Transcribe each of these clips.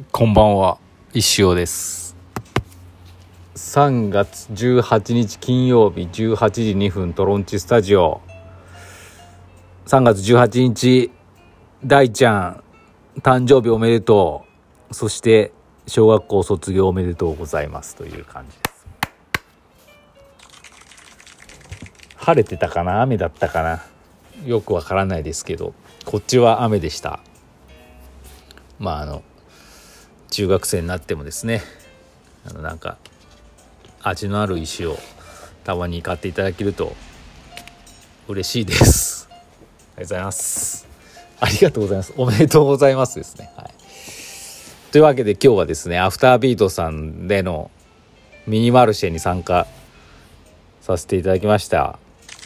こんばんは、石尾です。3月18日金曜日18時2分トロンチスタジオ。3月18日大ちゃん誕生日おめでとう。そして小学校卒業おめでとうございますという感じです。晴れてたかな、雨だったかな、よくわからないですけど、こっちは雨でした。中学生になってもですね、なんか味のある石をたまに買っていただけると嬉しいです。ありがとうございます。ありがとうございます。おめでとうございますですね。はい、というわけで今日はですね、アフタービートさんでのミニマルシェに参加させていただきました。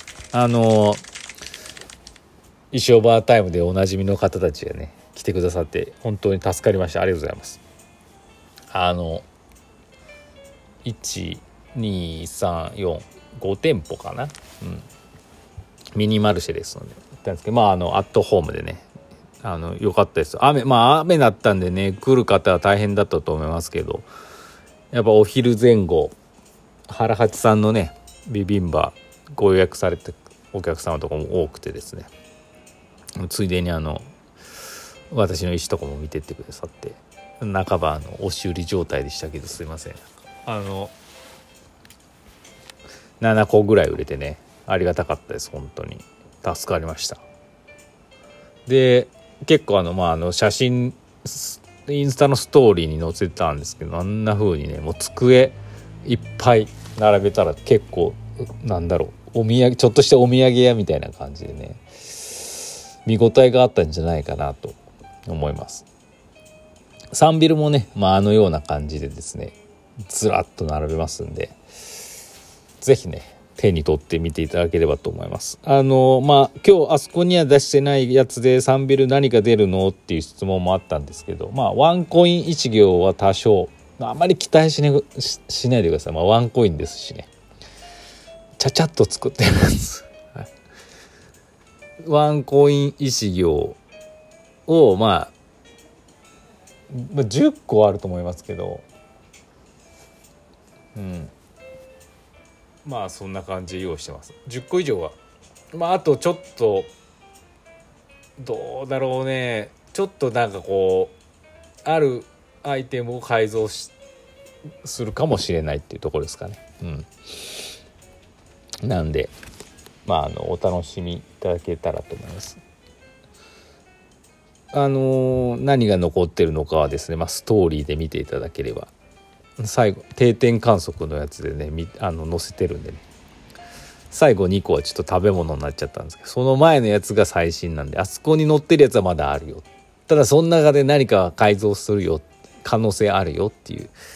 石オーバータイムでおなじみの方たちがね来てくださって本当に助かりました。ありがとうございます。1,2,3,4,5店舗かな、ミニマルシェですので行ったんですけど、アットホームでね、良かったです。雨だったんでね、来る方は大変だったと思いますけど、やっぱお昼前後原八さんのねビビンバご予約されてお客様とかも多くてですね、ついでに私の石とかも見てってくださって、半ば押し売り状態でしたけど、すいません、7個ぐらい売れてね、ありがたかったです。本当に助かりました。で結構写真インスタのストーリーに載せてたんですけど、あんな風にねもう机いっぱい並べたら結構お土産、ちょっとしたお土産屋みたいな感じでね、見応えがあったんじゃないかなと思います。サンビルもね、ような感じでですねずらっと並べますんで、ぜひね手に取ってみていただければと思います。今日あそこには出してないやつでサンビル何が出るのっていう質問もあったんですけど、ワンコイン1行は多少あまり期待しないでください。ワンコインですしね、ちゃちゃっと作ってます。ワンコイン1行を10個あると思いますけど、そんな感じで用意してます。10個以上はあとちょっとどうだろうね、ちょっとあるアイテムを改造するかもしれないっていうところですかね。なんでお楽しみいただけたらと思います。何が残ってるのかはですね、ストーリーで見ていただければ、最後定点観測のやつでね載せてるんでね、最後2個はちょっと食べ物になっちゃったんですけど、その前のやつが最新なんで、あそこに載ってるやつはまだあるよ、ただその中で何か改造するよ可能性あるよって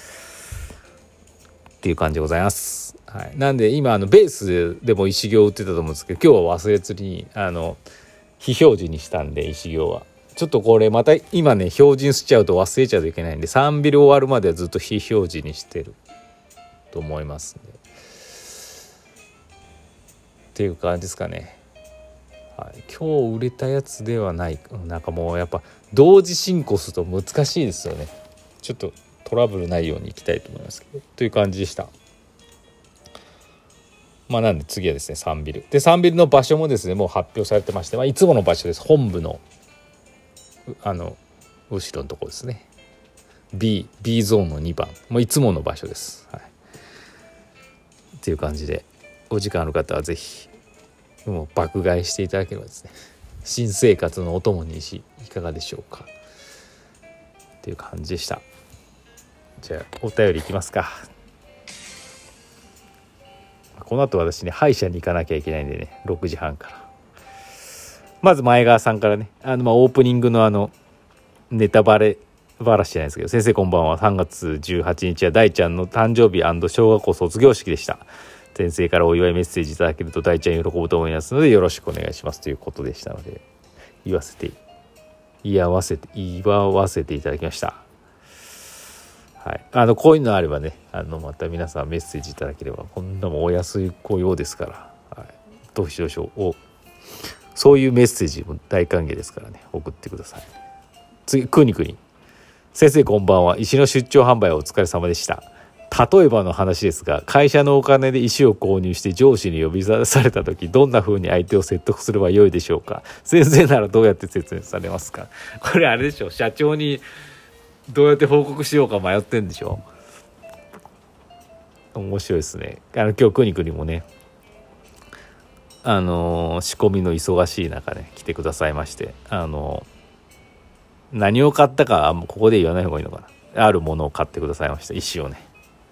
いう感じでございます。はい、なんで今ベースでも石行売ってたと思うんですけど、今日は忘れずに非表示にしたんで、石行はちょっとこれまた今ね標準しちゃうと忘れちゃうといけないんで、3ビル終わるまではずっと非表示にしてると思いますんで、っていう感じですかね。はい、今日売れたやつではない、もうやっぱ同時進行すると難しいですよね。ちょっとトラブルないようにいきたいと思いますけど、という感じでした。なんで次はですね3ビルで、3ビルの場所もですねもう発表されてまして、いつもの場所です。本部の後ろのところですね、 B ゾーンの2番、もういつもの場所です。はい、っていう感じで、お時間ある方はぜひもう爆買いしていただければですね、新生活のお供にいかがでしょうかっていう感じでした。じゃあお便りいきますか。この後私ね歯医者に行かなきゃいけないんでね、6時半から。まず前川さんからね、オープニングのネタバレ話じゃないですけど、先生こんばんは、3月18日は大ちゃんの誕生日&小学校卒業式でした。先生からお祝いメッセージいただけると大ちゃん喜ぶと思いますのでよろしくお願いしますということでしたので、祝わせていただきました。はい、こういうのあればね、また皆さんメッセージいただければ、こんなもんお安い子用ですから、はい、どしどしそういうメッセージも大歓迎ですからね、送ってください。次くに先生こんばんは。石の出張販売お疲れ様でした。例えばの話ですが、会社のお金で石を購入して上司に呼び出された時、どんな風に相手を説得すればよいでしょうか。先生ならどうやって説明されますか。これあれでしょ、社長にどうやって報告しようか迷ってんでしょ。面白いですね。今日くにくにもね、仕込みの忙しい中ね来てくださいまして、何を買ったかはここで言わない方がいいのかな。あるものを買ってくださいました。石をね、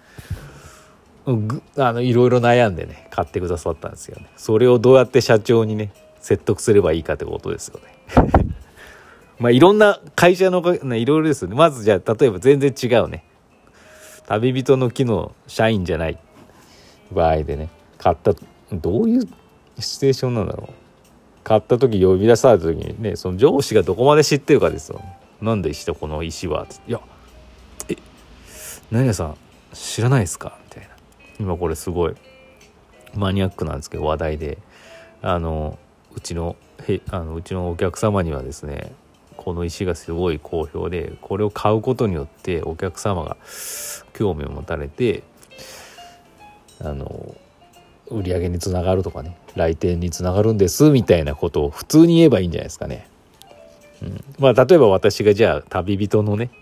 いろいろ悩んでね買ってくださったんですよね。それをどうやって社長にね説得すればいいかってことですよね。まあいろんな会社のいろいろですよね。まずじゃあ例えば全然違うね、旅人の機能社員じゃない場合でね買った、どういうシチュエーションなんだろう。買った時呼び出された時にね、その上司がどこまで知ってるかですよ。なんでしてこの石は、いや何屋さん知らないですかみたいな。今これすごいマニアックなんですけど話題で、うちのお客様にはですね、この石がすごい好評で、これを買うことによってお客様が興味を持たれて、売り上げにつながるとかね、来店につながるんですみたいなことを普通に言えばいいんじゃないですかね。まあ例えば私がじゃあ旅人のね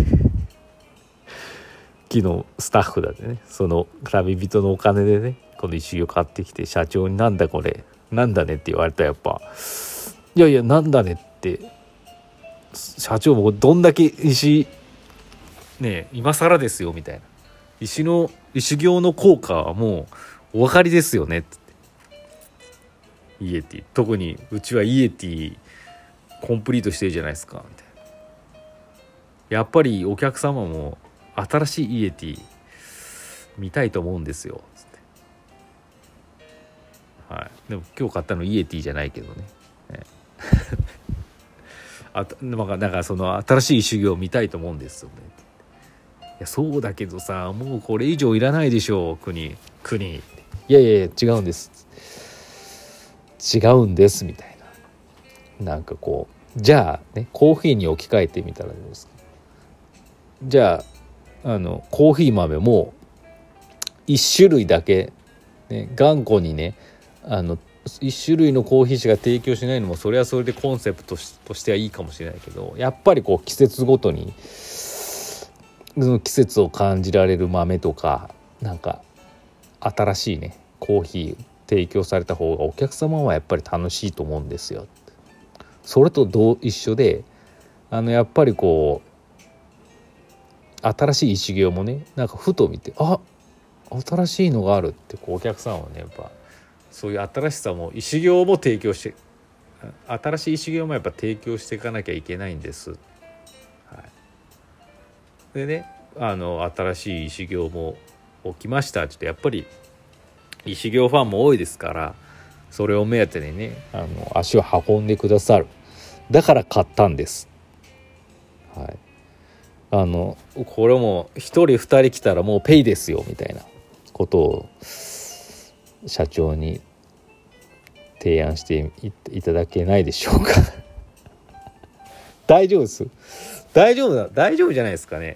昨日スタッフだってね、その旅人のお金でねこの石を買ってきて社長になんだこれなんだねって言われたら、やっぱいやいやなんだねって、社長もどんだけ石ね今更ですよみたいな、石行の効果はもうお分かりですよねって。イエティ、特にうちはイエティコンプリートしてるじゃないですかみたいな。やっぱりお客様も新しいイエティ見たいと思うんですよつって、はい、でも今日買ったのイエティじゃないけどね、なんかその新しい修行を見たいと思うんですよね。いやそうだけどさ、もうこれ以上いらないでしょう国。いやいやいや違うんですみたいな。なんかこうじゃあねコーヒーに置き換えてみたらどうですか。じゃあコーヒー豆も1種類だけ、ね、頑固にね1種類のコーヒーしか提供しないのもそれはそれでコンセプトとしてはいいかもしれないけど、やっぱりこう季節ごとにその季節を感じられる豆とか、なんか新しいねコーヒー提供された方がお客様はやっぱり楽しいと思うんですよ。それと一緒でやっぱりこう新しい石行もね、なんかふと見て新しいのがあるってこうお客さんはねやっぱそういう新しさも石行も提供して、新しい石行もやっぱ提供していかなきゃいけないんです、はい、でね新しい石行も起きましたってやっぱり石行ファンも多いですから、それを目当てにね足を運んでくださる。だから買ったんです、はい。これも1人2人来たらもうペイですよみたいなことを社長に提案していただけないでしょうか。大丈夫です。大丈夫じゃないですかね。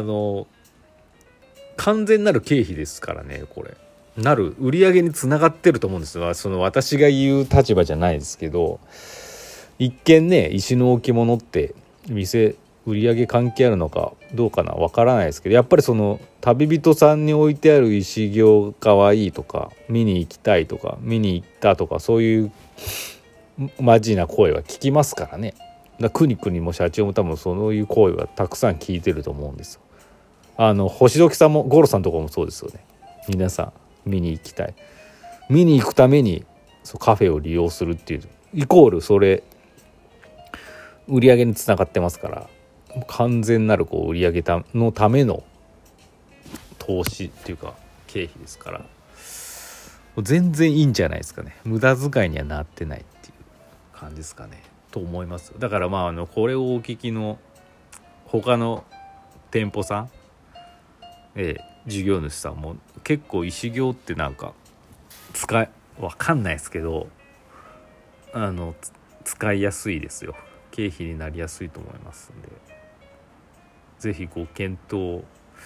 完全なる経費ですからね。これなる売り上げにつながってると思うんですよ。その私が言う立場じゃないですけど、一見ね石の置物って店売り上げ関係あるのかどうかなわからないですけど、やっぱりその旅人さんに置いてある石行かわいいとか見に行きたいとか見に行ったとか、そういうマジな声は聞きますからね。くにくにも社長も多分そういう声はたくさん聞いてると思うんですよ。星時さんもゴロさんとかもそうですよね。皆さん見に行きたい、見に行くためにそうカフェを利用するっていうイコールそれ売り上げにつながってますから、完全なるこう売り上げのための投資っていうか経費ですから、全然いいんじゃないですかね。無駄遣いにはなってないっていう感じですかねと思います。だからこれをお聞きの他の店舗さん、事業主さんも結構石行ってなんかわかんないですけど使いやすいですよ。経費になりやすいと思いますんで、 ぜひご検討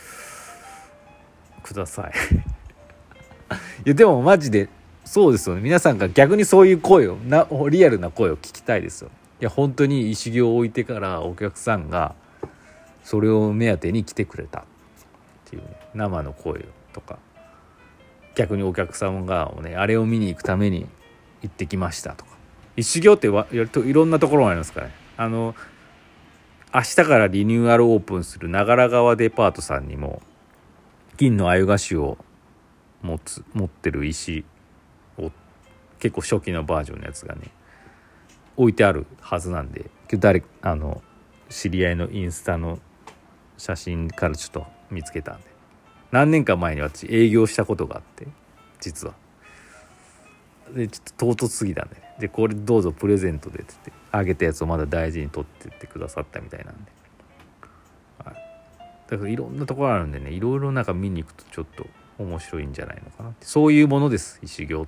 くださいいやでもマジでそうですよね。皆さんが逆にそういう声をリアルな声を聞きたいですよ。いや本当に石行を置いてからお客さんがそれを目当てに来てくれたっていうね、生の声とか、逆にお客様がねあれを見に行くために行ってきましたとか、石行ってやるといろんなところがありますからね。明日からリニューアルオープンする長良川デパートさんにも金の鮎菓子を持ってる石を結構初期のバージョンのやつがね置いてあるはずなんで、知り合いのインスタの写真からちょっと見つけたんで、何年か前に私営業したことがあって、実はでちょっと唐突すぎたんで、ね、でこれどうぞプレゼントでって言ってあげたやつをまだ大事に取ってってくださったみたいなんで、はい、だからいろんなところあるんでね、いろいろなんか見に行くとちょっと面白いんじゃないのかなって、そういうものです石行って。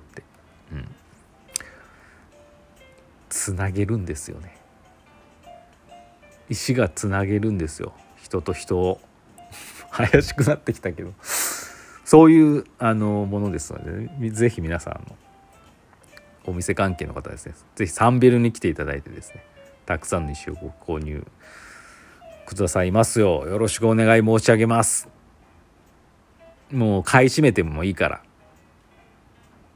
つなげるんですよね。石がつなげるんですよ、人と人を怪しくなってきたけどそういうものですので、ね、ぜひ皆さんのお店関係の方ですね、ぜひサンベルに来ていただいてですね、たくさんの石をご購入くださいますようよろしくお願い申し上げます。もう買い占めてもいいから